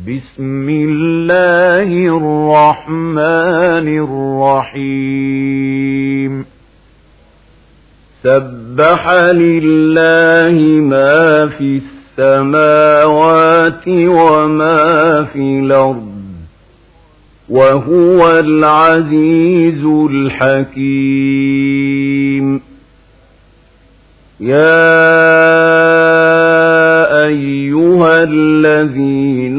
بسم الله الرحمن الرحيم سبح لله ما في السماوات وما في الأرض وهو العزيز الحكيم يا أيها الذين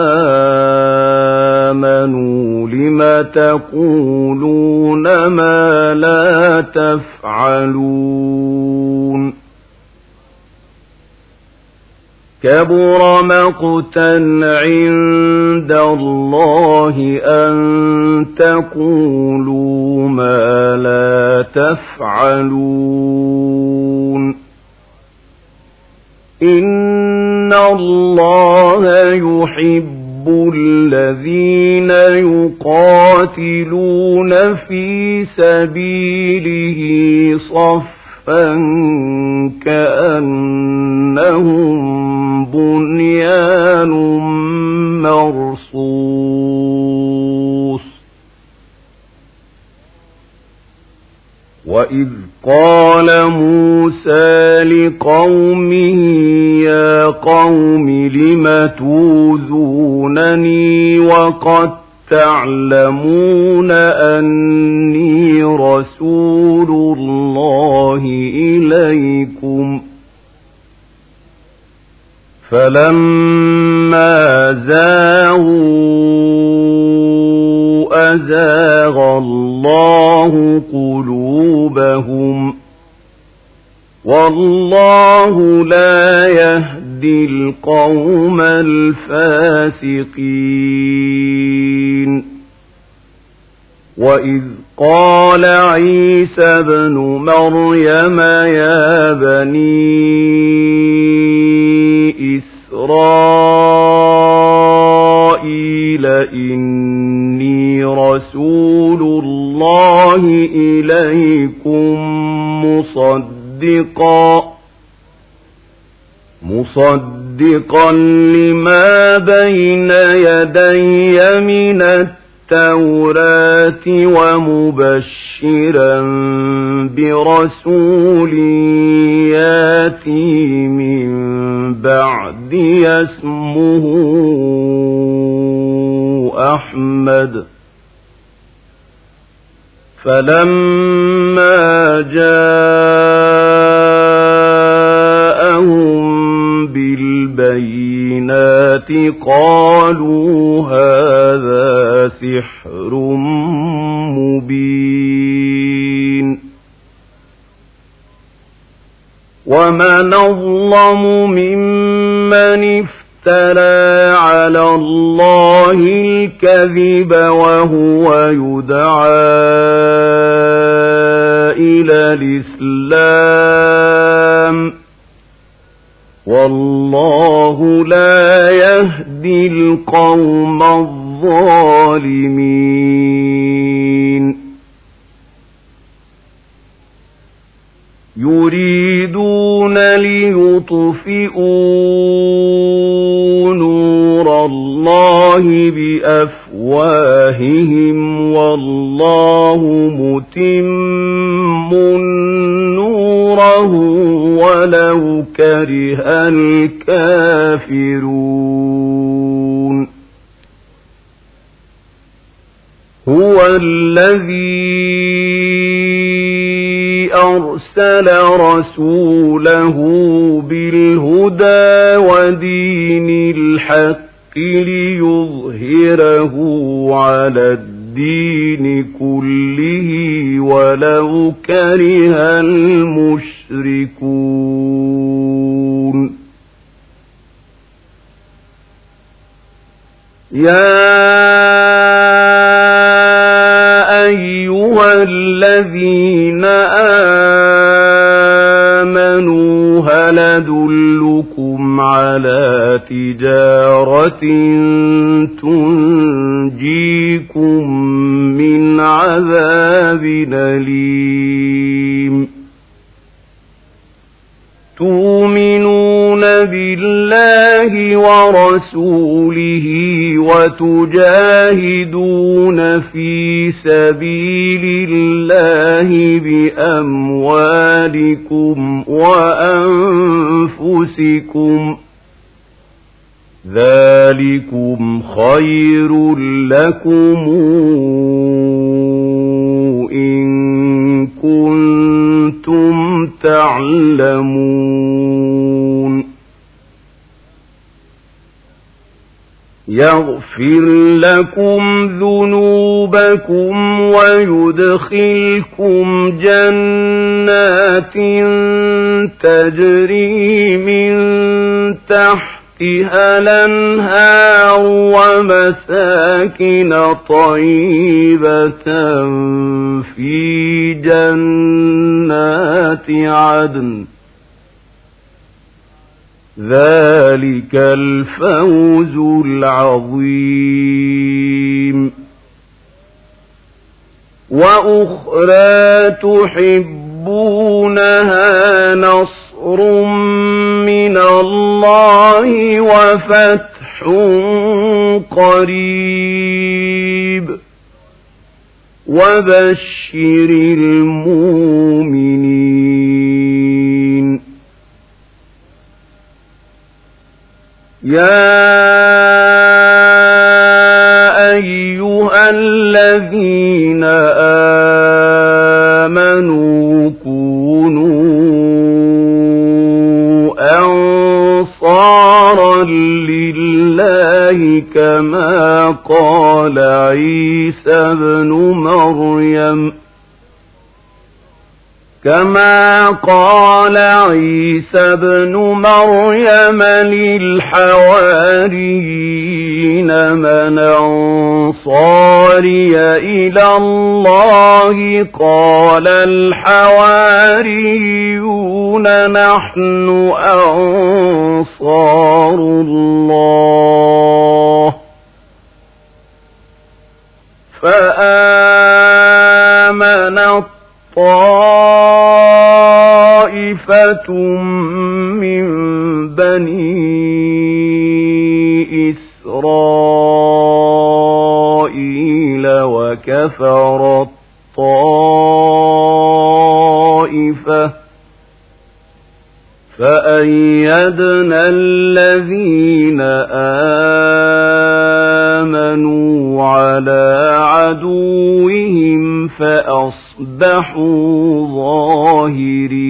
آمنوا لم تقولون ما لا تفعلون كبر مقتا عند الله أن تقولوا ما لا تفعلون إن الله يحب الذين يقاتلون في سبيله صفا كأنهم بنيان مرصوص وإذ قال موسى لقومه يا قوم لم توذونني وقد تعلمون أني رسول الله إليكم فلما زاغوا أزاغ الله قلوبهم والله لا يهدي القوم الفاسقين وإذ قال عيسى ابن مريم يا بني إسرائيل إني رسول الله إليكم مصدقا لما بين يدي من التوراة ومبشرا برسول ياتي من بعد اسمه أحمد فلما جاءهم بالبينات قالوا هذا سحر مبين ومن أظلم ممن افترى على الله الكذب وهو يدعى إلى الإسلام والله لا يهدي القوم الظالمين يريدون ليطفئوا نور الله بأفواههم والله متم نوره ولو كره الكافرون هو الذي أرسل رسوله بالهدى ودين الحق ليظهره على الدين كله ولو كره المشركون يا أيها الذين آمنوا هل أدلكم على تجارة تنجيكم من عذاب أليم تؤمنون بالله الله ورسوله وتجاهدون في سبيل الله بأموالكم وأنفسكم ذلكم خير لكم إن كنتم تعلمون يغفر لكم ذنوبكم ويدخلكم جنات تجري من تحتها الأنهار ومساكن طيبة في جنات عدن ذلك الفوز العظيم وأخرى تحبونها نصر من الله وفتح قريب وبشر المؤمنين يا أيها الذين آمنوا كونوا أنصارا لله كما قال عيسى ابن مريم للحواريين من أنصاري إلى الله قال الحواريون نحن أنصار الله فآمن طائفة من بني إسرائيل وكفرت طائفة فأيدنا الذين آمنوا على عدوهم فأصبحوا ظاهرين